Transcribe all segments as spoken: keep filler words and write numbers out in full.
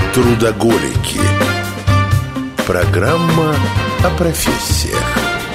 Трудоголики. Программа о профессиях.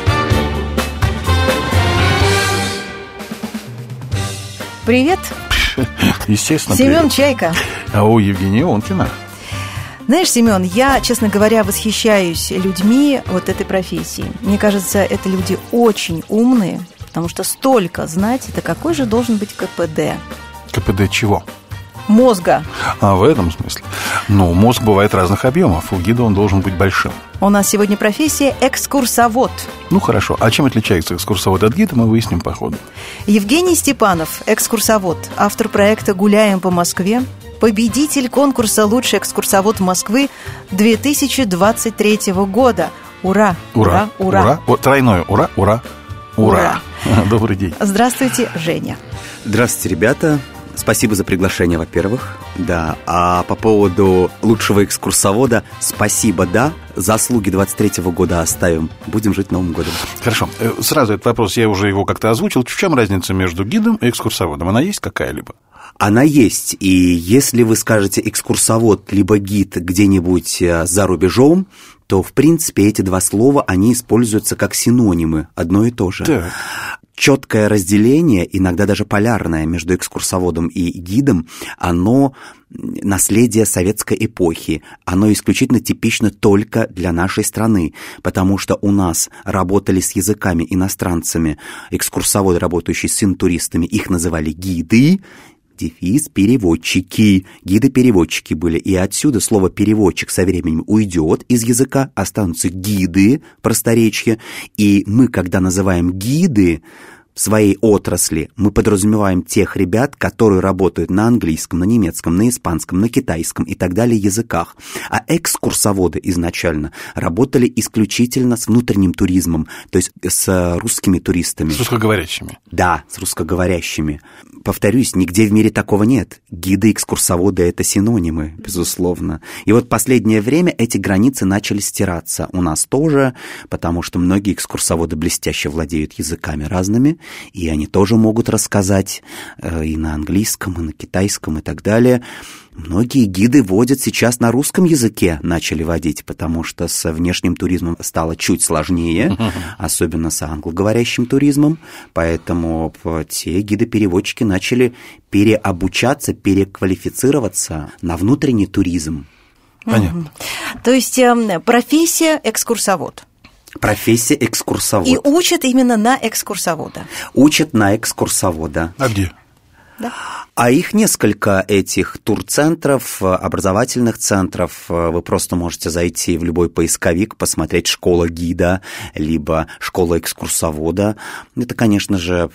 Привет. Естественно, Семен привет. Чайка. А у Евгения Ионкина. Знаешь, Семен, я, честно говоря, восхищаюсь людьми вот этой профессии. Мне кажется, это люди очень умные, потому что столько знать, это какой же должен быть ка пэ дэ? ка пэ дэ чего? Мозга. А, в этом смысле. Ну, мозг бывает разных объемов. У гида он должен быть большим. У нас сегодня профессия экскурсовод. Ну, хорошо. А чем отличается экскурсовод от гида, мы выясним по ходу. Евгений Степанов, экскурсовод, автор проекта «Гуляем по Москве», победитель конкурса «Лучший экскурсовод Москвы» две тысячи двадцать третьего года. Ура! Ура! Ура! Ура! Вот тройное ура! Ура! Ура! Ура. Добрый день. Здравствуйте, Женя. Здравствуйте, ребята. Спасибо за приглашение, во-первых. Да. А по поводу лучшего экскурсовода, спасибо, да. Заслуги двадцать третьего года оставим. Будем жить Новым годом. Хорошо. Сразу этот вопрос, я уже его как-то озвучил. В чем разница между гидом и экскурсоводом? Она есть какая-либо? Она есть. И если вы скажете экскурсовод либо гид где-нибудь за рубежом, то, в принципе, эти два слова, они используются как синонимы, одно и то же. Так. Четкое разделение, иногда даже полярное, между экскурсоводом и гидом, оно наследие советской эпохи. Оно исключительно типично только для нашей страны, потому что у нас работали с языками иностранцами, экскурсоводы, работающие с интуристами, их называли гиды, дефис переводчики. Гиды-переводчики были. И отсюда слово «переводчик» со временем уйдет из языка, останутся гиды, просторечье. И мы, когда называем гиды в своей отрасли, мы подразумеваем тех ребят, которые работают на английском, на немецком, на испанском, на китайском и так далее языках. А экскурсоводы изначально работали исключительно с внутренним туризмом, то есть с русскими туристами. С русскоговорящими. Да, с русскоговорящими. Повторюсь, нигде в мире такого нет. Гиды и экскурсоводы – это синонимы, безусловно. И вот в последнее время эти границы начали стираться. У нас тоже, потому что многие экскурсоводы блестяще владеют языками разными, и они тоже могут рассказать э, и на английском, и на китайском, и так далее. Многие гиды водят сейчас на русском языке, начали водить, потому что с внешним туризмом стало чуть сложнее, uh-huh. особенно с англоговорящим туризмом, поэтому те гиды-переводчики начали переобучаться, переквалифицироваться на внутренний туризм. Понятно. Uh-huh. То есть профессия экскурсовод. Профессия экскурсовод. И учат именно на экскурсовода. Учат на экскурсовода. А где? Да. А их несколько, этих турцентров, образовательных центров. Вы просто можете зайти в любой поисковик, посмотреть «Школа гида», либо «Школа экскурсовода». Это, конечно же,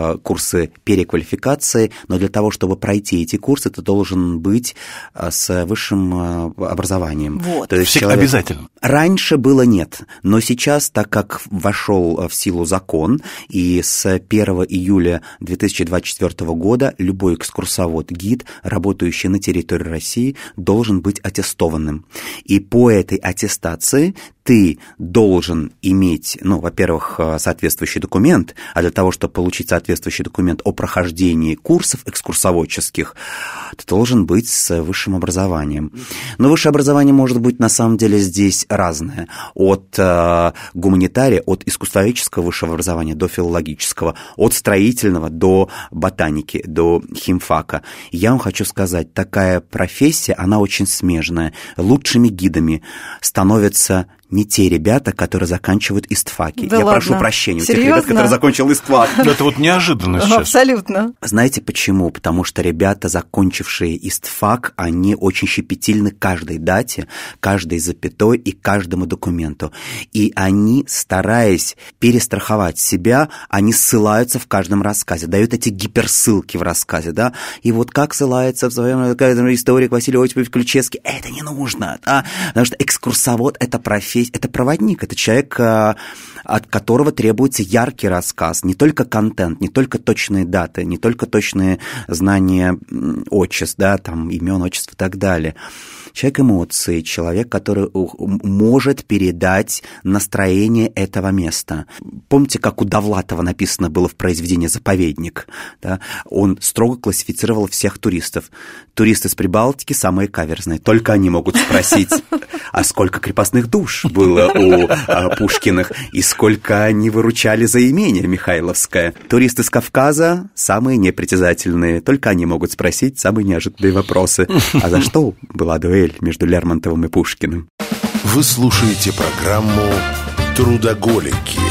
курсы переквалификации, но для того, чтобы пройти эти курсы, ты должен быть с высшим образованием. Вот. То есть Всегда человек... обязательно. Раньше было нет, но сейчас, так как вошел в силу закон, и с первого июля две тысячи двадцать четвёртого года любой экскурсовод, гид, работающий на территории России, должен быть аттестованным. И по этой аттестации ты должен иметь, ну, во-первых, соответствующий документ, а для того, чтобы получить соответствующий документ о прохождении курсов экскурсоводческих, ты должен быть с высшим образованием. Но высшее образование может быть, на самом деле, здесь разное. От э, гуманитария, от искусствоведческого высшего образования до филологического, от строительного до ботаники, до химфака. Я вам хочу сказать, такая профессия, она очень смежная. Лучшими гидами становятся не те ребята, которые заканчивают истфаки. Да Я ладно? прошу прощения у Серьезно? тех ребят, которые закончили истфак. Это вот неожиданно сейчас. Абсолютно. Знаете почему? Потому что ребята, закончившие истфак, они очень щепетильны к каждой дате, каждой запятой и каждому документу. И они, стараясь перестраховать себя, они ссылаются в каждом рассказе, дают эти гиперссылки в рассказе, да? И вот как ссылается в своем историк Василий Осипович Ключевский, это не нужно, да? Потому что экскурсовод – это профессия, это проводник, это человек, от которого требуется яркий рассказ, не только контент, не только точные даты, не только точные знания отчеств, да, там, имен, отчеств и так далее. человек эмоций, человек, который может передать настроение этого места. Помните, как у Довлатова написано было в произведении «Заповедник»? Да? Он строго классифицировал всех туристов. Туристы с Прибалтики самые каверзные. Только они могут спросить, а сколько крепостных душ было у а, Пушкиных, и сколько они выручали за имение Михайловское. Туристы с Кавказа самые непритязательные. Только они могут спросить самые неожиданные вопросы. А за что была дуэль между Лермонтовым и Пушкиным? Вы слушаете программу «Трудоголики»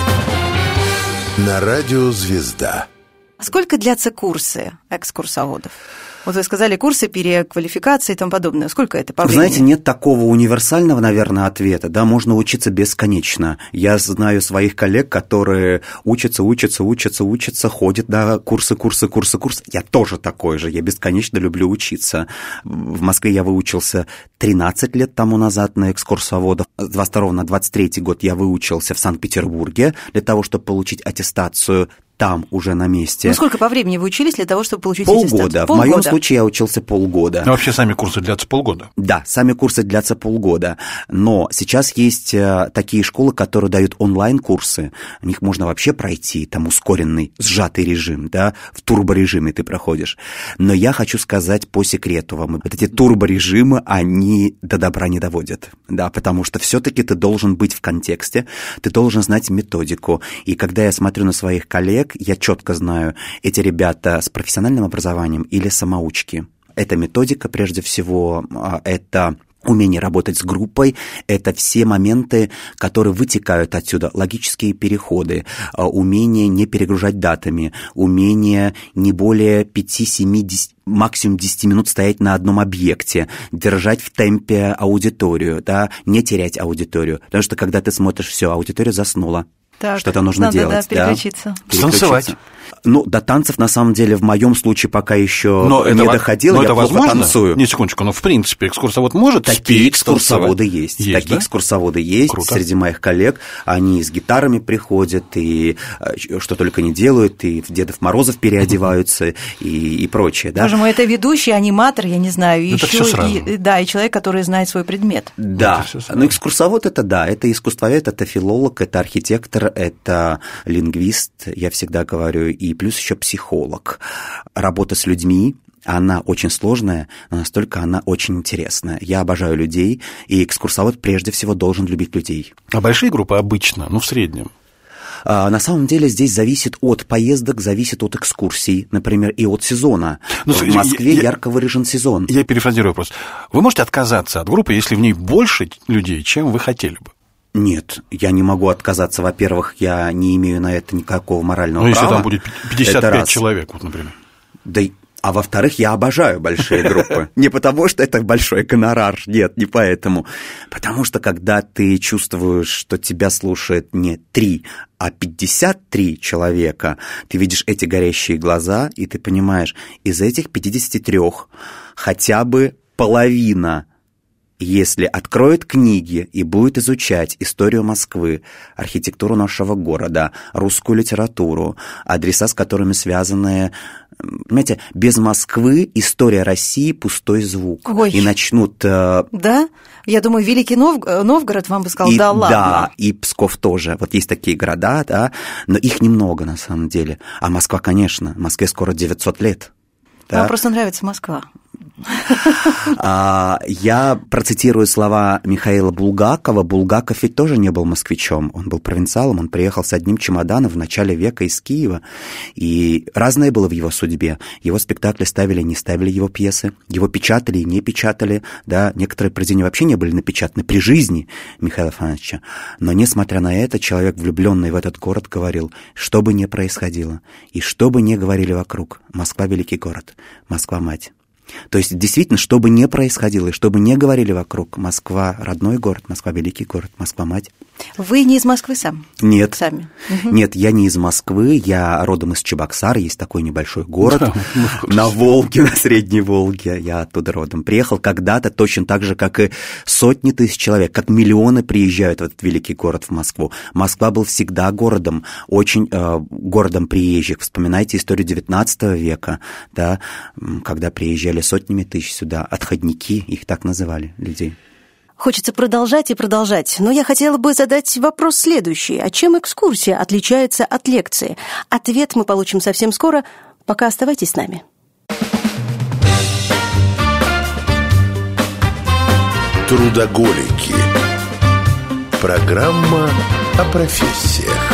на радио «Звезда». Сколько длятся курсы экскурсоводов? Вот вы сказали, курсы переквалификации и тому подобное. Сколько это по времени? Знаете, нет такого универсального, наверное, ответа. Да, можно учиться бесконечно. Я знаю своих коллег, которые учатся, учатся, учатся, учатся, ходят на курсы, курсы, курсы, курсы. Я тоже такой же. Я бесконечно люблю учиться. В Москве я выучился тринадцать лет тому назад на экскурсоводов. С двадцать второго на двадцать третий год я выучился в Санкт-Петербурге для того, чтобы получить аттестацию там, уже на месте. Ну, сколько по времени вы учились для того, чтобы получить полгода. аттестацию? Полгода. В моем случае я учился полгода. Но вообще сами курсы длятся полгода? Да, сами курсы длятся полгода. Но сейчас есть такие школы, которые дают онлайн-курсы. В них можно вообще пройти, там ускоренный, сжатый режим, да, в турборежиме ты проходишь. Но я хочу сказать по секрету вам, вот эти турборежимы, они до добра не доводят, да, потому что все-таки ты должен быть в контексте, ты должен знать методику. И когда я смотрю на своих коллег, я четко знаю, эти ребята с профессиональным образованием или самоучки. Это методика, прежде всего, это умение работать с группой, это все моменты, которые вытекают отсюда, логические переходы, умение не перегружать датами, умение не более пяти-семи, максимум десяти минут стоять на одном объекте, держать в темпе аудиторию, да, не терять аудиторию, потому что когда ты смотришь, все, аудитория заснула. Так, что-то нужно надо, делать. Да, переключиться. Да? Танцевать. Ну, до танцев, на самом деле, в моем случае пока еще но не это, доходило, но я это плохо возможно? танцую. Не, секундочку, но в принципе экскурсовод может Такие экскурсоводы есть. есть. Такие да? экскурсоводы есть. Круто. Среди моих коллег. Они с гитарами приходят, и что только не делают, и в Дедов Морозов переодеваются, и, и прочее. Да? Боже мой, это ведущий, аниматор, я не знаю, это еще и, да, и человек, который знает свой предмет. Да, но экскурсовод это да, это искусствовед, это филолог, это архитектор, это лингвист, я всегда говорю, и плюс еще психолог. Работа с людьми, она очень сложная, но настолько она очень интересная. Я обожаю людей, и экскурсовод прежде всего должен любить людей. А большие группы обычно, ну, в среднем? На самом деле здесь зависит от поездок, зависит от экскурсий, например, и от сезона. Ну, в Москве я, ярко выражен сезон. Я перефразирую вопрос. Вы можете отказаться от группы, если в ней больше людей, чем вы хотели бы? Нет, я не могу отказаться. Во-первых, я не имею на это никакого морального ну, права. Ну, если там будет пятьдесят пять человек, вот, например. Да, а во-вторых, я обожаю большие группы. Не потому, что это большой гонорар, нет, не поэтому. Потому что, когда ты чувствуешь, что тебя слушает не три, а пятьдесят три человека, ты видишь эти горящие глаза, и ты понимаешь, из этих пятидесяти трёх хотя бы половина, если откроет книги и будет изучать историю Москвы, архитектуру нашего города, русскую литературу, адреса, с которыми связаны, понимаете, без Москвы история России – пустой звук. Ой. И начнут… Э... Да? Я думаю, Великий Нов... Новгород вам бы сказал, и, да ладно. Да, и Псков тоже. Вот есть такие города, да, но их немного на самом деле. А Москва, конечно, Москве скоро девятьсот лет. Да? Вам просто нравится Москва. Я процитирую слова Михаила Булгакова. Булгаков ведь тоже не был москвичом, он был провинциалом, он приехал с одним чемоданом в начале века из Киева, и разное было в его судьбе. Его спектакли ставили, не ставили его пьесы, его печатали и не печатали, да, некоторые произведения вообще не были напечатаны при жизни Михаила Афанасьевича. Но, несмотря на это, человек, влюбленный в этот город, говорил, что бы ни происходило, и что бы ни говорили вокруг, Москва – великий город, Москва – мать. То есть, действительно, что бы ни происходило, и что бы ни говорили вокруг, Москва – родной город, Москва – великий город, Москва – мать. Вы не из Москвы сам? Нет. Сами? Нет, я не из Москвы, я родом из Чебоксар, есть такой небольшой город на Волге, на Средней Волге, я оттуда родом. Приехал когда-то точно так же, как и сотни тысяч человек, как миллионы приезжают в этот великий город, в Москву. Москва был всегда городом, очень э, городом приезжих. Вспоминайте историю девятнадцатого века, да, когда приезжали приезжали сотнями тысяч сюда, отходники, их так называли, людей. Хочется продолжать и продолжать, но я хотела бы задать вопрос следующий. А чем экскурсия отличается от лекции? Ответ мы получим совсем скоро, пока оставайтесь с нами. Трудоголики. Программа о профессиях.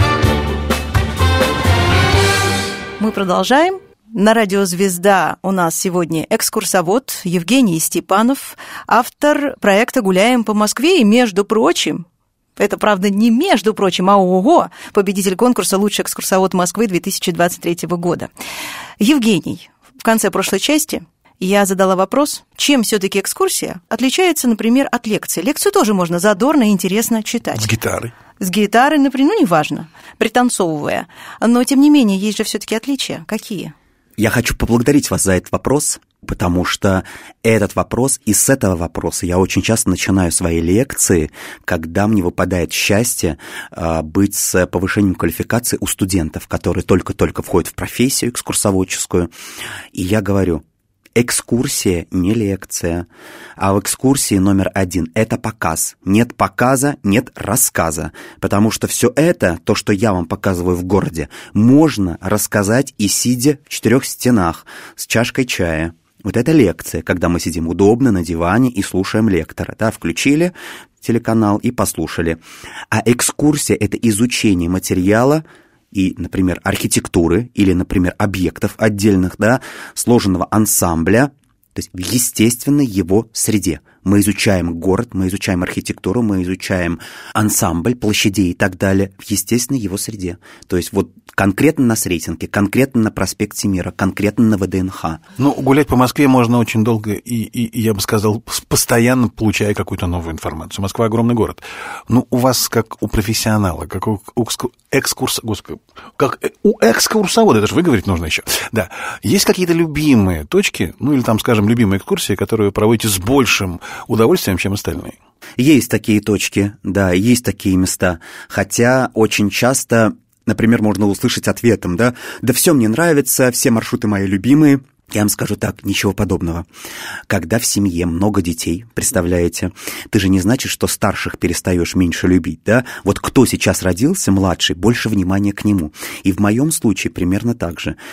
Мы продолжаем. На радио «Звезда» у нас сегодня экскурсовод Евгений Степанов, автор проекта «Гуляем по Москве» и, между прочим, это, правда, не между прочим, а ого, победитель конкурса «Лучший экскурсовод Москвы» две тысячи двадцать третьего года. Евгений, в конце прошлой части я задала вопрос, чем все-таки экскурсия отличается, например, от лекции. Лекцию тоже можно задорно и интересно читать. С гитарой. С гитарой, например, ну, неважно, пританцовывая. Но, тем не менее, есть же все-таки отличия. Какие? Я хочу поблагодарить вас за этот вопрос, потому что этот вопрос, и с этого вопроса я очень часто начинаю свои лекции, когда мне выпадает счастье а, быть с повышением квалификации у студентов, которые только-только входят в профессию экскурсоводческую. И я говорю, экскурсия не лекция, а в экскурсии номер один – это показ. Нет показа, нет рассказа, потому что все это, то, что я вам показываю в городе, можно рассказать и сидя в четырех стенах с чашкой чая. Вот это лекция, когда мы сидим удобно на диване и слушаем лектора. Да, включили телеканал и послушали. А экскурсия – это изучение материала, и, например, архитектуры или, например, объектов отдельных, да, сложенного ансамбля, то есть в естественной его среде. Мы изучаем город, мы изучаем архитектуру, мы изучаем ансамбль, площадей и так далее в естественной его среде. То есть вот конкретно на Сретенке, конкретно на проспекте Мира, конкретно на ВДНХ. Ну, гулять по Москве можно очень долго и, и, я бы сказал, постоянно получая какую-то новую информацию. Москва — огромный город. Ну, у вас, как у профессионала, как у экскурс... Господи, как у экскурсовода, это же выговорить нужно еще. Да. Есть какие-то любимые точки, ну, или там, скажем, любимые экскурсии, которые вы проводите с большим удовольствием, чем остальные? Есть такие точки, да, есть такие места. Хотя очень часто, например, можно услышать ответом, да, да все мне нравится, все маршруты мои любимые. Я вам скажу так, ничего подобного. Когда в семье много детей, представляете, ты же не значит, что старших перестаешь меньше любить, да? Вот кто сейчас родился, младший, больше внимания к нему. И в моем случае примерно так же.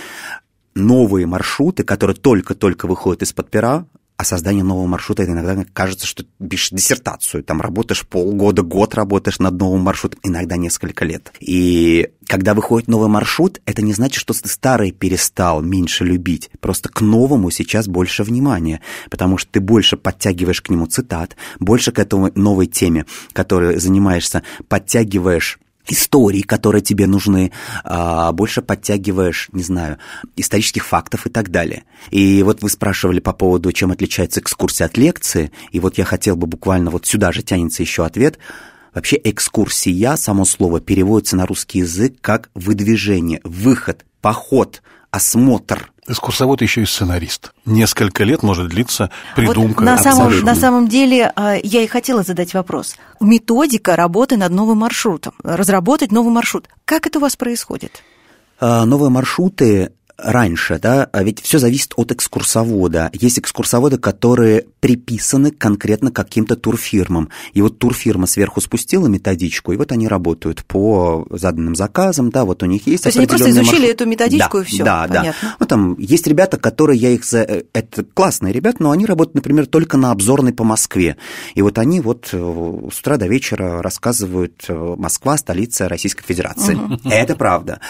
Новые маршруты, которые только-только выходят из-под пера, а создание нового маршрута, это иногда кажется, что пишешь диссертацию, там работаешь полгода, год работаешь над новым маршрутом, иногда несколько лет. И когда выходит новый маршрут, это не значит, что ты старый перестал меньше любить, просто к новому сейчас больше внимания, потому что ты больше подтягиваешь к нему цитат, больше к этому новой теме, которой занимаешься, подтягиваешь истории, которые тебе нужны, больше подтягиваешь, не знаю, исторических фактов и так далее. И вот вы спрашивали по поводу, чем отличается экскурсия от лекции, и вот я хотел бы буквально, вот сюда же тянется еще ответ. Вообще экскурсия, само слово, переводится на русский язык как выдвижение, выход, поход, осмотр. Экскурсовод еще и сценарист. Несколько лет может длиться придумка. Вот на, самом, на самом деле я и хотела задать вопрос. Методика работы над новым маршрутом, разработать новый маршрут. Как это у вас происходит? Новые маршруты раньше, да, ведь все зависит от экскурсовода. Есть экскурсоводы, которые приписаны конкретно каким-то турфирмам. И вот турфирма сверху спустила методичку, и вот они работают по заданным заказам, да, вот у них есть. То есть они просто изучили маршрут. Эту методичку, да, и все. Да, понятно. Да. Ну, там есть ребята, которые я их за... Это классные ребята, но они работают, например, только на обзорной по Москве. И вот они вот с утра до вечера рассказывают: Москва, столица Российской Федерации. Угу. Это правда.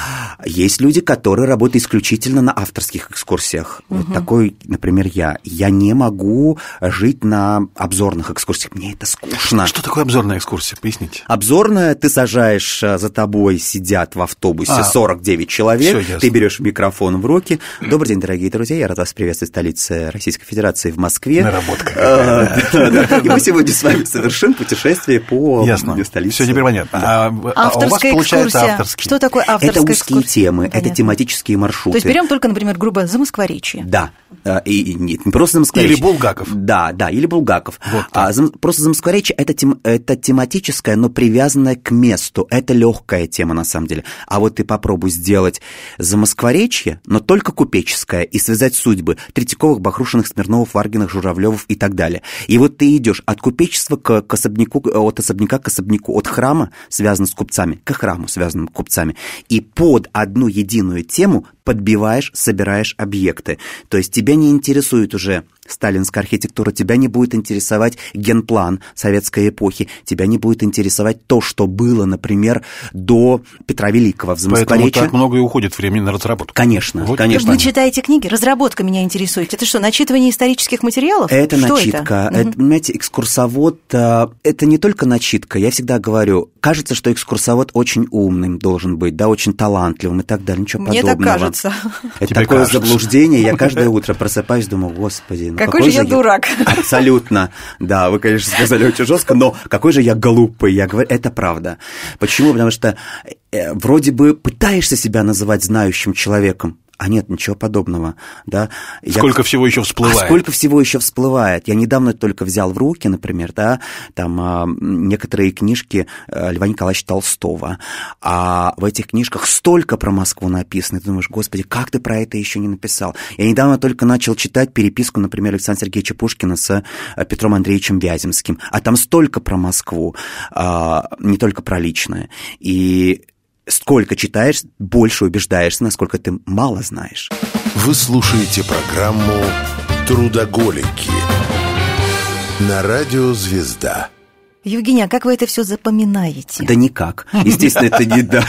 Есть люди, которые работают исключительно на авторских экскурсиях. Угу. Вот такой, например, я. Я не могу жить на обзорных экскурсиях. Мне это скучно. Что такое обзорная экскурсия? Поясните. Обзорная, ты сажаешь, за тобой сидят в автобусе а, сорок девять человек, ты берешь микрофон в руки. Добрый день, дорогие друзья, я рад вас приветствовать в столице Российской Федерации в Москве. Наработка. И мы сегодня с вами совершим путешествие по столице. Все теперь понятно. А у вас получается авторский. Что такое авторская экскурсия? Это узкие темы, это тематические маршруты. маршруты. То есть берем только, например, грубо Замоскворечье. Да. И, и, нет, не просто Замоскворечье. Или Булгаков. Да, да, или Булгаков. Вот а, зам, просто Замоскворечье это, тем, это тематическое, но привязанное к месту. Это легкая тема, на самом деле. А вот ты попробуй сделать Замоскворечье, но только купеческое, и связать судьбы Третьяковых, Бахрушиных, Смирновых, Варгиных, Журавлевых и так далее. И вот ты идешь от купечества к, к особняку, от особняка к особняку, от храма, связанного с купцами, к храму, связанным с купцами, и под одну единую тему подбиваешь, собираешь объекты. То есть тебя не интересует уже сталинская архитектура, тебя не будет интересовать генплан советской эпохи, тебя не будет интересовать то, что было, например, до Петра Великого в Замоскворечье. Поэтому так много и уходит времени на разработку. Конечно, вот конечно. Вы читаете книги, разработка меня интересует. Это что, начитывание исторических материалов? Это что начитка. Это? Это, понимаете, экскурсовод – это не только начитка. Я всегда говорю, кажется, что экскурсовод очень умным должен быть, да, очень талантливым и так далее. Ничего Мне подобного. так кажется. Это Тебе такое кажется. заблуждение. Я каждое утро просыпаюсь, думаю, господи, ну Какой же я дурак. Абсолютно. Да, вы, конечно, сказали очень жестко, но какой же я глупый. Я говорю, это правда. Почему? Потому что э, вроде бы пытаешься себя называть знающим человеком, а нет, ничего подобного. Да? Сколько Я... всего еще всплывает. А сколько всего еще всплывает. Я недавно только взял в руки, например, да, там а, некоторые книжки а, Льва Николаевича Толстого. А в этих книжках столько про Москву написано. Ты думаешь, господи, как ты про это еще не написал? Я недавно только начал читать переписку, например, Александра Сергеевича Пушкина с а, Петром Андреевичем Вяземским. А там столько про Москву, а, не только про личное. И сколько читаешь, больше убеждаешься, насколько ты мало знаешь. Вы слушаете программу «Трудоголики» на радио «Звезда». Евгений, а как вы это все запоминаете? Да никак. Естественно, это не да.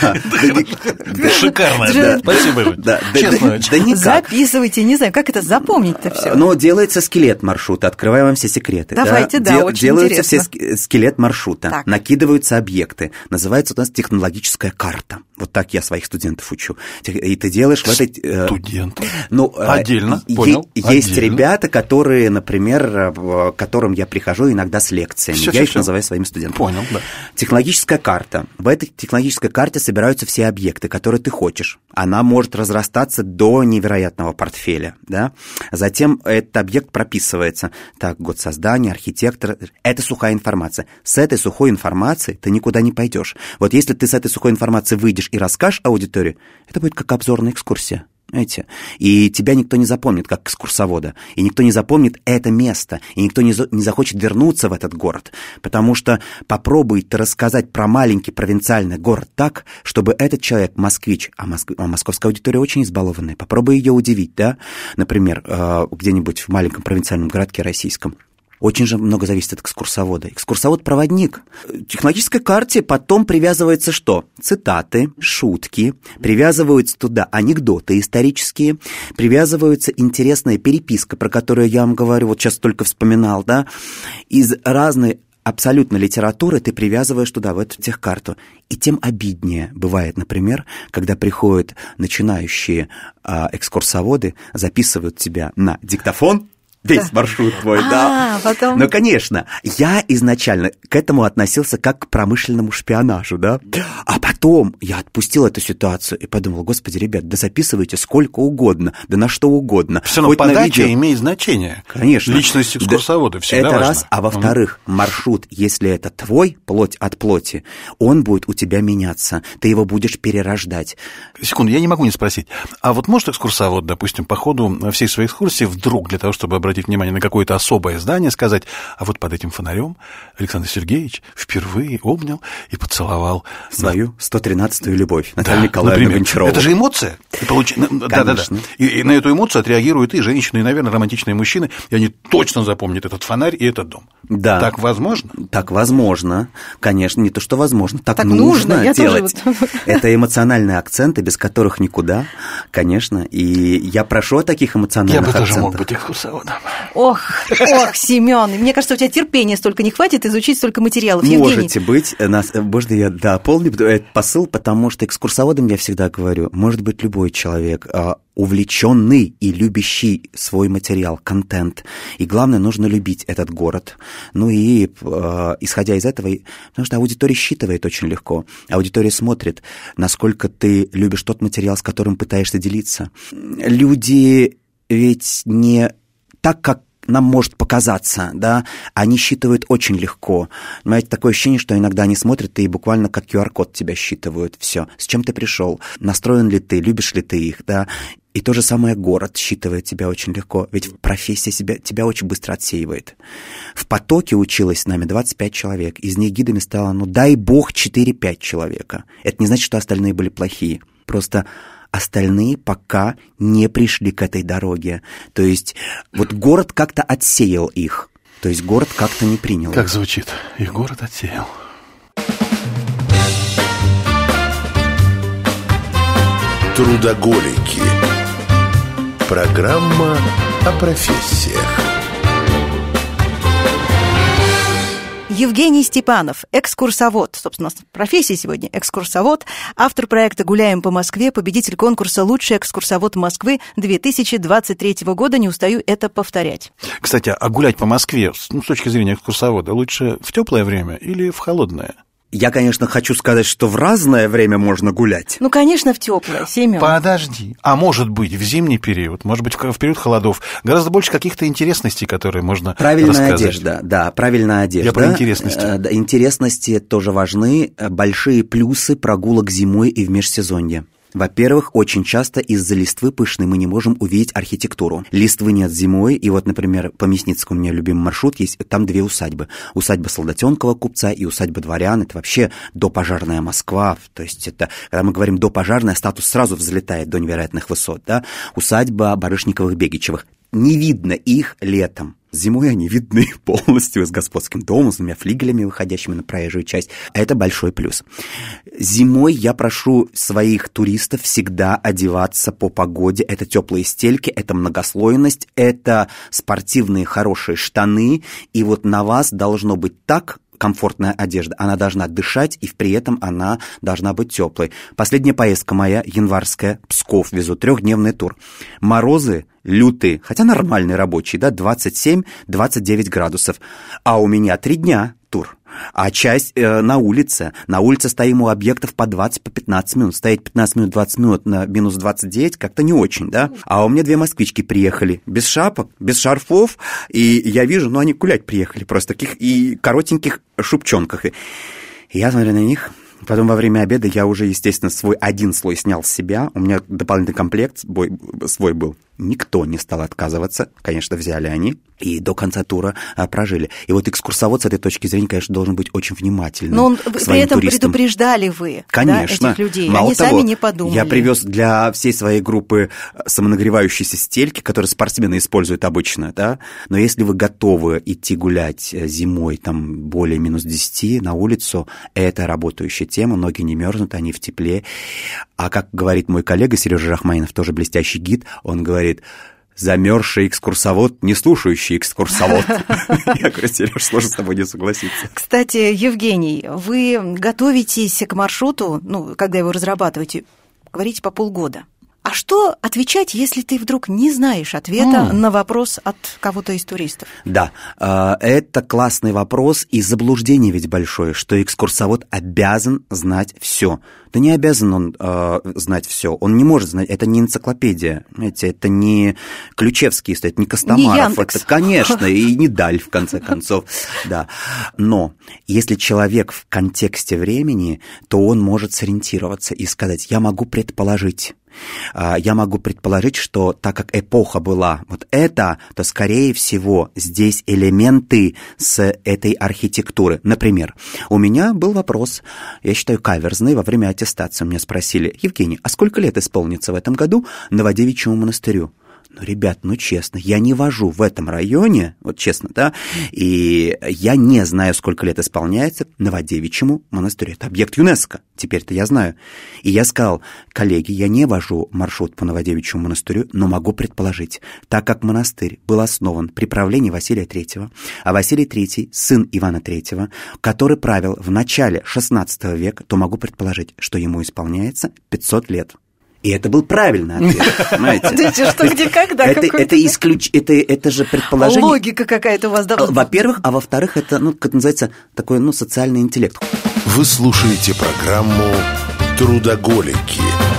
Шикарно. Да. Спасибо. Да, Честно. да никак. Записывайте, не знаю, как это запомнить-то все. Но делается скелет маршрута, открываем вам все секреты. Давайте, да, Дел- очень Делается интересно. все скелет маршрута, Так. накидываются объекты. Называется у нас технологическая карта. Вот так я своих студентов учу. И ты делаешь в этой... э, Студент. Ну, Отдельно, е- понял. Есть Отдельно. ребята, которые, например, к которым я прихожу иногда с лекциями. Всё, я всё, их всё. называю своими студентами. Понял, да. Технологическая карта. В этой технологической карте собираются все объекты, которые ты хочешь. Она может разрастаться до невероятного портфеля. Да? Затем этот объект прописывается. Так, год создания, архитектор. Это сухая информация. С этой сухой информацией ты никуда не пойдешь. Вот если ты с этой сухой информацией выйдешь и расскажешь аудитории, это будет как обзорная экскурсия. Знаете, и тебя никто не запомнит как экскурсовода, и никто не запомнит это место, и никто не, за, не захочет вернуться в этот город, потому что попробуй ты рассказать про маленький провинциальный город так, чтобы этот человек, москвич, а, Моск... а московская аудитория очень избалованная, попробуй ее удивить, да, например, э, где-нибудь в маленьком провинциальном городке российском. Очень же много зависит от экскурсовода. Экскурсовод-проводник. В технологической карте потом привязывается что? Цитаты, шутки, привязываются туда анекдоты исторические, привязываются интересная переписка, про которую я вам говорю, вот сейчас только вспоминал, да, из разной абсолютно литературы ты привязываешь туда, в эту техкарту. И тем обиднее бывает, например, когда приходят начинающие а, экскурсоводы, записывают тебя на диктофон, весь маршрут твой, А, да. потом... Ну, конечно, я изначально к этому относился как к промышленному шпионажу, да. А потом я отпустил эту ситуацию и подумал, господи, ребят, да записывайте сколько угодно, да на что угодно. Все равно Хоть на подача видео. имеет значение. Конечно. Личность экскурсовода Да, всегда это важна. раз. А во-вторых, маршрут, если это твой, плоть от плоти, он будет у тебя меняться. Ты его будешь перерождать. Секунду, я не могу не спросить. А вот может экскурсовод, допустим, по ходу всей своей экскурсии вдруг для того, чтобы обратить внимание на какое-то особое здание, сказать, а вот под этим фонарем Александр Сергеевич впервые обнял и поцеловал Свою сто тринадцатую любовь, Наталью да, Николаевну например. Гончарову. Это же эмоция. И получ... Да-да-да. И, и на эту эмоцию отреагируют и женщины, и, наверное, романтичные мужчины, и они точно запомнят этот фонарь и этот дом. Да. Так возможно? Так возможно. Конечно, не то, что возможно. Так, Так нужно, нужно, я делать. тоже вот... Это эмоциональные акценты, без которых никуда, конечно. И я прошу о таких эмоциональных Я бы акцентах. тоже мог быть экскурсоводом. Ох, ох, Семен, мне кажется, у тебя терпения столько не хватит изучить столько материалов. Можете Евгений. быть, нас, можно я дополню этот посыл, потому что экскурсоводам я всегда говорю, может быть любой человек, увлеченный и любящий свой материал, контент. И главное, нужно любить этот город. Ну и э, исходя из этого, потому что аудитория считывает очень легко. Аудитория смотрит, насколько ты любишь тот материал, с которым пытаешься делиться. Люди ведь не так, как нам может показаться, да, они считывают очень легко. Понимаете, такое ощущение, что иногда они смотрят и буквально как ку ар код тебя считывают. Все, с чем ты пришел, настроен ли ты, любишь ли ты их, да. И то же самое город считывает тебя очень легко, ведь профессия себя, тебя очень быстро отсеивает. В потоке училось с нами двадцать пять человек, из них гидами стало, ну дай бог, четыре-пять человека. Это не значит, что остальные были плохие, просто остальные пока не пришли к этой дороге. То есть вот город как-то отсеял их, то есть город как-то не принял. Как звучит? Их город отсеял. Трудоголики. Программа о профессиях. Евгений Степанов, экскурсовод. Собственно, профессия сегодня экскурсовод, автор проекта «Гуляем по Москве», победитель конкурса «Лучший экскурсовод Москвы» две тысячи двадцать третьего года. Не устаю это повторять. Кстати, а гулять по Москве, ну, с точки зрения экскурсовода, лучше в теплое время или в холодное? Я, конечно, хочу сказать, что в разное время можно гулять. Ну, конечно, в теплое, Семен. Подожди. А может быть, в зимний период, может быть, в период холодов, гораздо больше каких-то интересностей, которые можно правильная рассказать. Одежда, да, правильная одежда. Я про интересности. Интересности тоже важны. Большие плюсы прогулок зимой и в межсезонье. Во-первых, очень часто из-за листвы пышной мы не можем увидеть архитектуру. Листвы нет зимой, и вот, например, по Мясницкому у меня любимый маршрут есть, там две усадьбы. Усадьба Солдатенкова купца и усадьба Дворян. Это вообще допожарная Москва. То есть это, когда мы говорим допожарная, статус сразу взлетает до невероятных высот. Да? Усадьба Барышниковых-Бегичевых. Не видно их летом. Зимой они видны полностью с господским домом, с двумя флигелями, выходящими на проезжую часть. Это большой плюс. Зимой я прошу своих туристов всегда одеваться по погоде. Это теплые стельки, это многослойность, это спортивные хорошие штаны. И вот на вас должно быть так комфортная одежда. Она должна дышать, и при этом она должна быть теплой. Последняя поездка моя, январская, Псков, везу трехдневный тур. Морозы лютые, хотя нормальный рабочий, да, двадцать семь - двадцать девять градусов. А у меня три дня тур. А часть э, на улице. На улице стоим у объектов по двадцать, по пятнадцать минут. Стоять пятнадцать минут, двадцать минут на минус двадцать девять как-то не очень, да? А у меня две москвички приехали без шапок, без шарфов, и я вижу, ну, они гулять приехали просто в таких и коротеньких шубчонках. И я смотрю на них. Потом во время обеда я уже, естественно, свой один слой снял с себя. У меня дополнительный комплект свой был. Никто не стал отказываться. Конечно, взяли они. И до конца тура а, прожили. И вот экскурсовод с этой точки зрения, конечно, должен быть очень внимательным. Но он, к своим при этом туристам. Предупреждали вы, конечно, да, этих людей. Мало Они того, сами не подумали. Я привез для всей своей группы самонагревающиеся стельки, которые спортсмены используют обычно. Да? Но если вы готовы идти гулять зимой, там, более минус десять на улицу, это работающая тема. Ноги не мерзнут, они в тепле. А как говорит мой коллега Сережа Рахманинов, тоже блестящий гид, он говорит: замерзший экскурсовод, не слушающий экскурсовод. Я говорю: Сереж, сложно с тобой не согласиться. Кстати, Евгений, вы готовитесь к маршруту, ну, когда его разрабатываете, говорите, по полгода. А что отвечать, если ты вдруг не знаешь ответа mm. на вопрос от кого-то из туристов? Да, это классный вопрос, и заблуждение ведь большое, что экскурсовод обязан знать все. Да не обязан он э, знать все, он не может знать, это не энциклопедия, знаете, это не Ключевский, это не Костомаров, не это, конечно, и не Даль, в конце концов, да. Но если человек в контексте времени, то он может сориентироваться и сказать: я могу предположить. Я могу предположить, что так как эпоха была вот эта, то, скорее всего, здесь элементы с этой архитектуры. Например, у меня был вопрос, я считаю, каверзный, во время аттестации. Меня спросили: Евгений, а сколько лет исполнится в этом году Новодевичьему монастырю? Ну, ребят, ну, честно, я не вожу в этом районе, вот честно, да, и я не знаю, сколько лет исполняется Новодевичьему монастырю. Это объект ЮНЕСКО, теперь-то я знаю. И я сказал: коллеги, я не вожу маршрут по Новодевичьему монастырю, но могу предположить, так как монастырь был основан при правлении Василия Третьего, а Василий Третий – сын Ивана Третьего, который правил в начале шестнадцатого века, то могу предположить, что ему исполняется пятьсот лет. И это был правильный ответ, понимаете? Видите, что, где, когда? Это, это, исключ... это, это же предположение... Логика какая-то у вас должна быть. Во-первых, а во-вторых, это, ну, как называется, такой, ну, социальный интеллект. Вы слушаете программу «Трудоголики»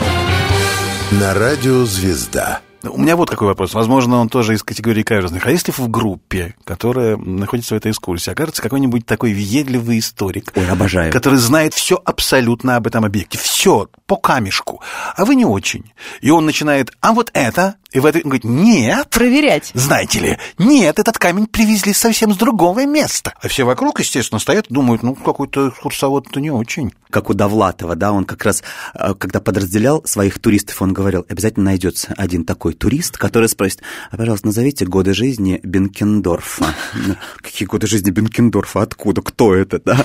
на радио «Звезда». У меня вот какой вопрос. Возможно, он тоже из категории каверзных. А если в группе, которая находится в этой экскурсии, окажется какой-нибудь такой въедливый историк, Ой, обожаю. который знает все абсолютно об этом объекте, все по камешку, а вы не очень. И он начинает: а вот это... И в это он говорит: нет. Проверять. Знаете ли, нет, этот камень привезли совсем с другого места. А все вокруг, естественно, стоят и думают: ну, какой-то экскурсовод-то не очень. Как у Довлатова, да, он как раз, когда подразделял своих туристов, он говорил: обязательно найдется один такой турист, который спросит: а, пожалуйста, назовите годы жизни Бенкендорфа. Какие годы жизни Бенкендорфа? Откуда? Кто это, да?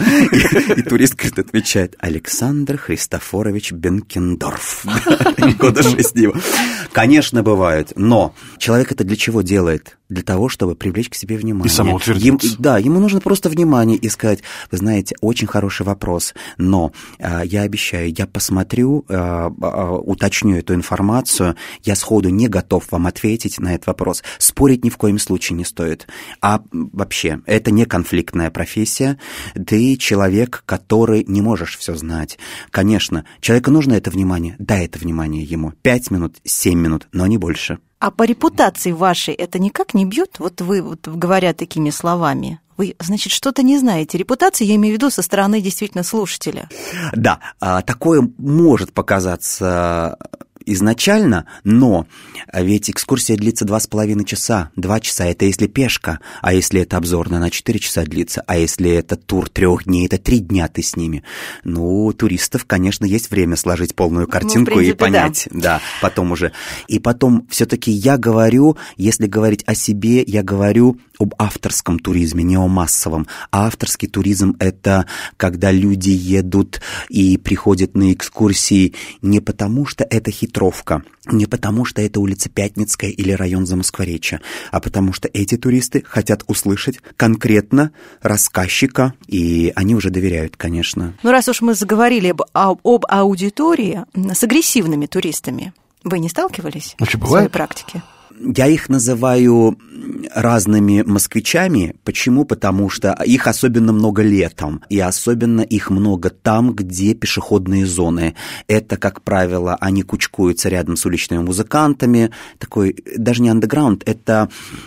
И турист, говорит, отвечает: Александр Христофорович Бенкендорф. Годы жизни его. Конечно, бывают. Но человек это для чего делает? Для того, чтобы привлечь к себе внимание. И самоутвердиться. Ем, да, ему нужно просто внимание и сказать: вы знаете, очень хороший вопрос, но э, я обещаю, я посмотрю, э, э, уточню эту информацию, я сходу не готов вам ответить на этот вопрос. Спорить ни в коем случае не стоит. А вообще, это не конфликтная профессия, ты человек, который не можешь все знать. Конечно, человеку нужно это внимание, дай это внимание ему. Пять минут, семь минут, но не больше. А по репутации вашей это никак не бьет? Вот вы, вот, говоря такими словами, вы, значит, что-то не знаете. Репутация, я имею в виду, со стороны действительно слушателя. Да, такое может показаться изначально, но ведь экскурсия длится два с половиной часа, два часа, это если пешка, а если это обзорная, она четыре часа длится, а если это тур трех дней, это три дня ты с ними. Ну, у туристов, конечно, есть время сложить полную картинку, ну, принципе, и понять, да. да, потом уже. И потом, все-таки я говорю, если говорить о себе, я говорю об авторском туризме, не о массовом. А авторский туризм – это когда люди едут и приходят на экскурсии не потому, что это хитровка, не потому, что это улица Пятницкая или район Замоскворечья, а потому что эти туристы хотят услышать конкретно рассказчика, и они уже доверяют, конечно. Ну, раз уж мы заговорили об, об аудитории с агрессивными туристами, вы не сталкивались в своей практике? Я их называю разными москвичами. Почему? Потому что их особенно много летом, и особенно их много там, где пешеходные зоны. Это, как правило, они кучкуются рядом с уличными музыкантами. Такой, даже не андеграунд, это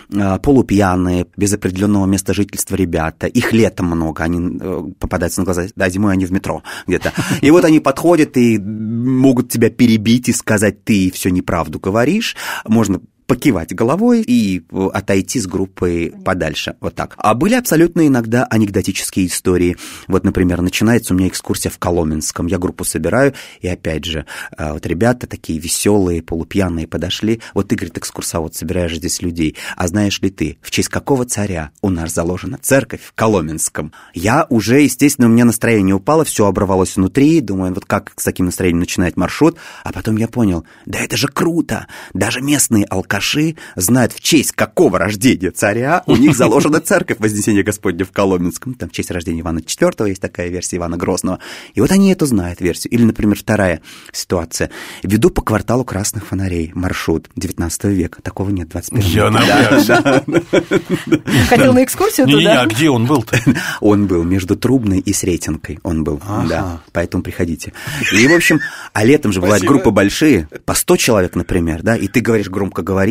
полупьяные, без определенного места жительства ребята. Их летом много, они попадаются на глаза, да, зимой они в метро где-то. И вот они подходят и могут тебя перебить и сказать: ты все неправду говоришь. Можно покивать головой и отойти с группой подальше, вот так. А были абсолютно иногда анекдотические истории. Вот, например, начинается у меня экскурсия в Коломенском, я группу собираю, и опять же, вот ребята такие веселые, полупьяные подошли. Вот ты, говорит, экскурсовод, собираешь здесь людей, а знаешь ли ты, в честь какого царя у нас заложена церковь в Коломенском? Я уже, естественно, у меня настроение упало, все оборвалось внутри, думаю, вот как с таким настроением начинать маршрут, а потом я понял, да это же круто, даже местные алкаши знают, в честь какого рождения царя у них заложена церковь Вознесения Господня в Коломенском. Там в честь рождения Ивана четвёртого есть такая версия, Ивана Грозного. И вот они эту знают версию. Или, например, вторая ситуация. Веду по кварталу красных фонарей маршрут девятнадцатого века. Такого нет в двадцать первом веке. Я напрягся. Хотел на экскурсию туда? Не-не-не, а где он был-то? Он был между Трубной и Сретенкой. Он был, да. Поэтому приходите. И, в общем, а летом же бывают группы большие, по сто человек, например, да, и ты говоришь громкоговоритель,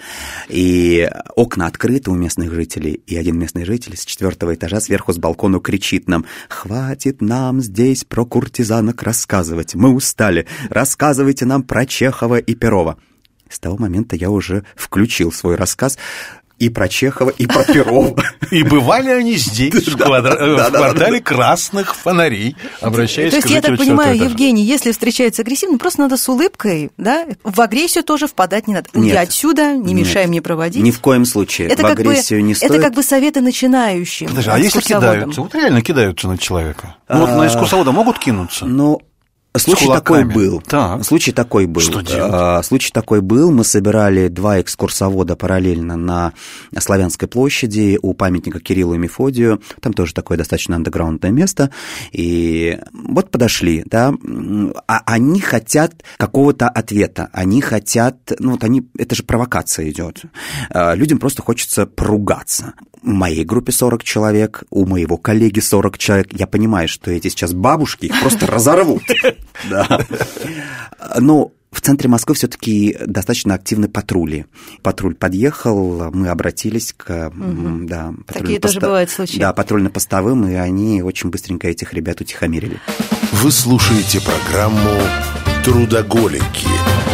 и окна открыты у местных жителей, и один местный житель с четвертого этажа сверху с балкона кричит нам: «Хватит нам здесь про куртизанок рассказывать, мы устали, рассказывайте нам про Чехова и Перова». С того момента я уже включил свой рассказ. И про Чехова, и про Перова. И бывали они здесь, в квартале красных фонарей, обращаясь к жителям. То есть, я так понимаю, Евгений, если встречается агрессивно, просто надо с улыбкой, да? В агрессию тоже впадать не надо. Я отсюда, не мешай мне проводить. Ни в коем случае. В агрессию не стоит. Это как бы советы начинающим. Подожди, а если кидаются? Вот реально кидаются на человека? Вот на экскурсовода могут кинуться? Ну... Случай такой был. Так. Случай такой был. Что делать? Случай такой был. Мы собирали два экскурсовода параллельно на Славянской площади у памятника Кириллу и Мефодию. Там тоже такое достаточно андеграундное место. И вот подошли, да. А они хотят какого-то ответа. Они хотят, ну вот они, это же провокация идет. Людям просто хочется поругаться. В моей группе сорок человек, у моего коллеги сорок человек. Я понимаю, что эти сейчас бабушки их просто разорвут. Да. Но в центре Москвы все-таки достаточно активны патрули. Патруль подъехал, мы обратились к... Угу. Да, такие тоже поста... бывают случаи. Да, патрульно-постовым, и они очень быстренько этих ребят утихомирили. Вы слушаете программу «Трудоголики»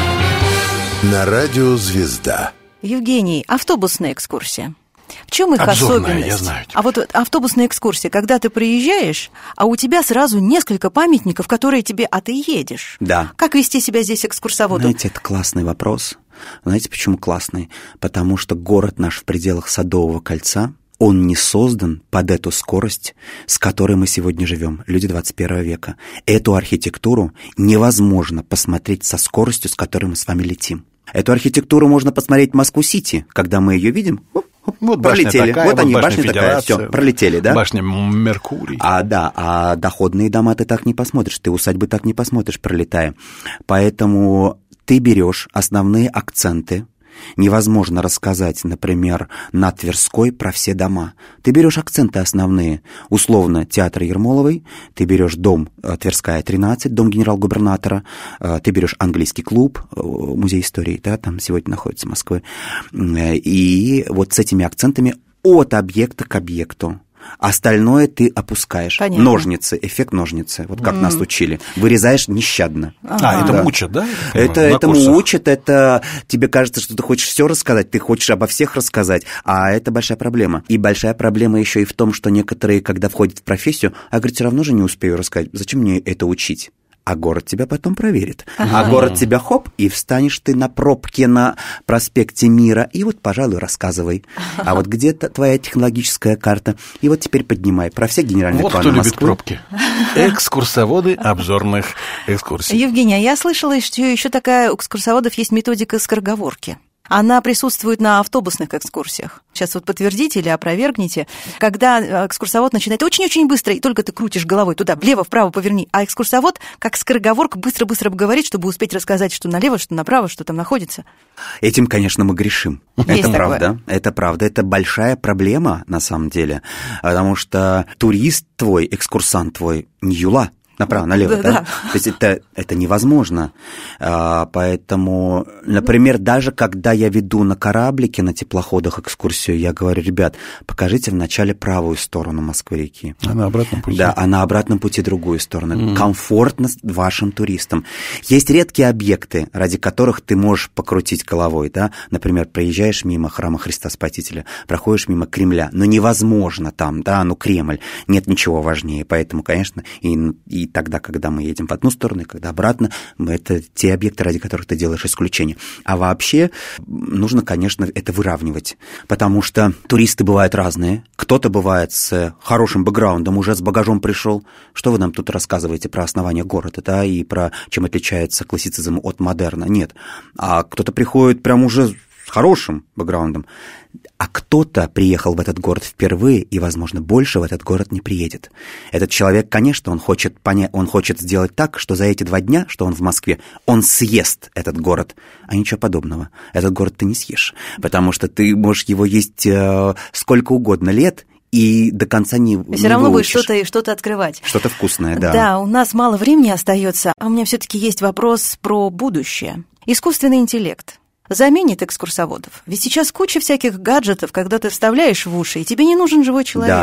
на радио «Звезда». Евгений, автобусная экскурсия. В чем их Обзорная, особенность? Я знаю. А вот автобусная экскурсия, когда ты приезжаешь, а у тебя сразу несколько памятников, которые тебе, а ты едешь. Да. Как вести себя здесь экскурсоводу? Знаете, это классный вопрос. Знаете, почему классный? Потому что город наш в пределах Садового кольца, он не создан под эту скорость, с которой мы сегодня живем, люди двадцать первого века. Эту архитектуру невозможно посмотреть со скоростью, с которой мы с вами летим. Эту архитектуру можно посмотреть в Москву-Сити, когда мы ее видим. Вот пролетели. Такая, вот вот они, башня, башня такая, все, пролетели, да? Башня Меркурий. А, да, а доходные дома ты так не посмотришь, ты усадьбы так не посмотришь, пролетая. Поэтому ты берешь основные акценты. Невозможно рассказать, например, на Тверской про все дома. Ты берешь акценты основные. Условно, театр Ермоловой, ты берешь дом Тверская, тринадцать, дом генерал-губернатора, ты берешь английский клуб, музей истории, да, там сегодня находится в Москве. И вот с этими акцентами от объекта к объекту. Остальное ты опускаешь. Понятно. Ножницы, эффект ножницы, вот как mm. нас учили. Вырезаешь нещадно. А, это да. учат, да? Это, этому курсах. Учат, это тебе кажется, что ты хочешь все рассказать, ты хочешь обо всех рассказать, а это большая проблема. И большая проблема еще и в том, что некоторые, когда входят в профессию, а говорят, все равно же не успею рассказать, зачем мне это учить? А город тебя потом проверит. Ага. А город тебя хоп, и встанешь ты на пробке на проспекте Мира, и вот, пожалуй, рассказывай. Ага. А вот где-то твоя технологическая карта, и вот теперь поднимай про все генеральные вот планы Москвы. Вот кто любит пробки. Экскурсоводы обзорных экскурсий. Евгения, я слышала, что еще такая у экскурсоводов есть методика скороговорки. Она присутствует на автобусных экскурсиях. Сейчас вот подтвердите или опровергните. Когда экскурсовод начинает очень-очень быстро, и только ты крутишь головой туда, влево, вправо поверни, а экскурсовод, как скороговорка, быстро-быстро говорит, чтобы успеть рассказать, что налево, что направо, что там находится. Этим, конечно, мы грешим. Есть это такое. Правда. Это правда. Это большая проблема, на самом деле. Потому что турист твой, экскурсант твой, не юла. Направо, налево, да? да? да. То есть это, это невозможно. А, поэтому, например, даже когда я веду на кораблике, на теплоходах экскурсию, я говорю, ребят, покажите вначале правую сторону Москвы-реки. А на обратном пути? Да, а на обратном пути другую сторону. Mm. Комфортно вашим туристам. Есть редкие объекты, ради которых ты можешь покрутить головой, да? Например, проезжаешь мимо храма Христа Спасителя, проходишь мимо Кремля, но невозможно там, да, ну Кремль, нет ничего важнее. Поэтому, конечно, и, и тогда, когда мы едем в одну сторону, и когда обратно, это те объекты, ради которых ты делаешь исключение. А вообще нужно, конечно, это выравнивать, потому что туристы бывают разные. Кто-то бывает с хорошим бэкграундом, уже с багажом пришел. Что вы нам тут рассказываете про основание города, да, и про чем отличается классицизм от модерна? Нет. А кто-то приходит прям уже с хорошим бэкграундом. А кто-то приехал в этот город впервые и, возможно, больше в этот город не приедет. Этот человек, конечно, он хочет понять, он хочет сделать так, что за эти два дня, что он в Москве, он съест этот город. А ничего подобного. Этот город ты не съешь, потому что ты можешь его есть э, сколько угодно лет, и до конца не выучишь. Все равно будешь что-то, что-то открывать. Что-то вкусное, да. Да, у нас мало времени остается, а у меня все-таки есть вопрос про будущее. Искусственный интеллект заменит экскурсоводов? Ведь сейчас куча всяких гаджетов, когда ты вставляешь в уши, и тебе не нужен живой человек. Да.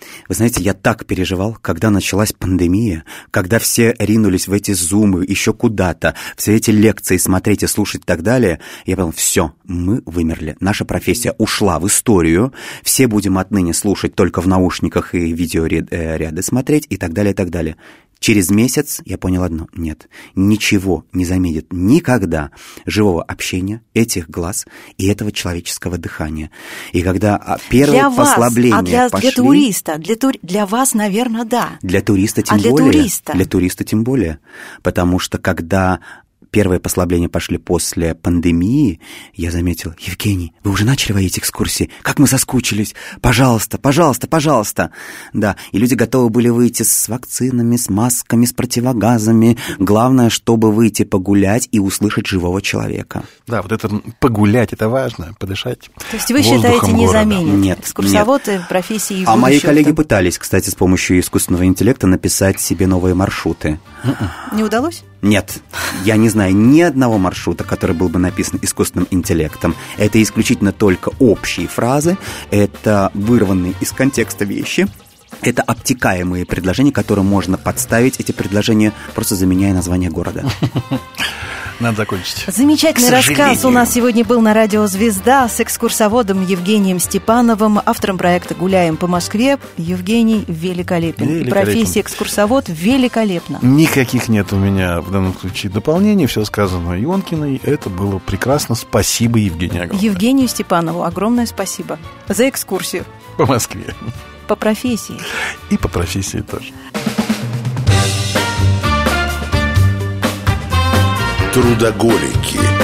Вы знаете, я так переживал, когда началась пандемия, когда все ринулись в эти зумы, еще куда-то, все эти лекции смотреть и слушать и так далее. Я подумал, все, мы вымерли, наша профессия ушла в историю, все будем отныне слушать только в наушниках и видеоряды смотреть и так далее, и так далее. Через месяц я понял одно. Нет, ничего не заменит никогда живого общения, этих глаз и этого человеческого дыхания. И когда первые для вас, послабления а для, пошли... для туриста, для, тур, для вас, наверное, да. Для туриста тем а более. Для туриста? Для туриста тем более. Потому что когда... первые послабления пошли после пандемии, я заметил, Евгений, вы уже начали водить экскурсии? Как мы соскучились! Пожалуйста, пожалуйста, пожалуйста! Да, и люди готовы были выйти с вакцинами, с масками, с противогазами. Главное, чтобы выйти погулять и услышать живого человека. Да, вот это погулять, это важно, подышать. То есть вы считаете, не заменит? Нет. Экскурсоводы в профессии. А мои коллеги пытались, кстати, с помощью искусственного интеллекта написать себе новые маршруты. Не удалось? Нет, я не знаю ни одного маршрута, который был бы написан искусственным интеллектом. Это исключительно только общие фразы, это вырванные из контекста вещи, это обтекаемые предложения, которые можно подставить, эти предложения, просто заменяя название города. Надо закончить. Замечательный рассказ у нас сегодня был на радио «Звезда» с экскурсоводом Евгением Степановым, автором проекта «Гуляем по Москве». Евгений великолепен. великолепен. И профессия экскурсовод великолепна. Никаких нет у меня в данном случае дополнений. Все сказано Ионкиной. Это было прекрасно. Спасибо, Евгений, огромное. Евгению Степанову огромное спасибо за экскурсию. По Москве. По профессии. И по профессии тоже. Трудоголики.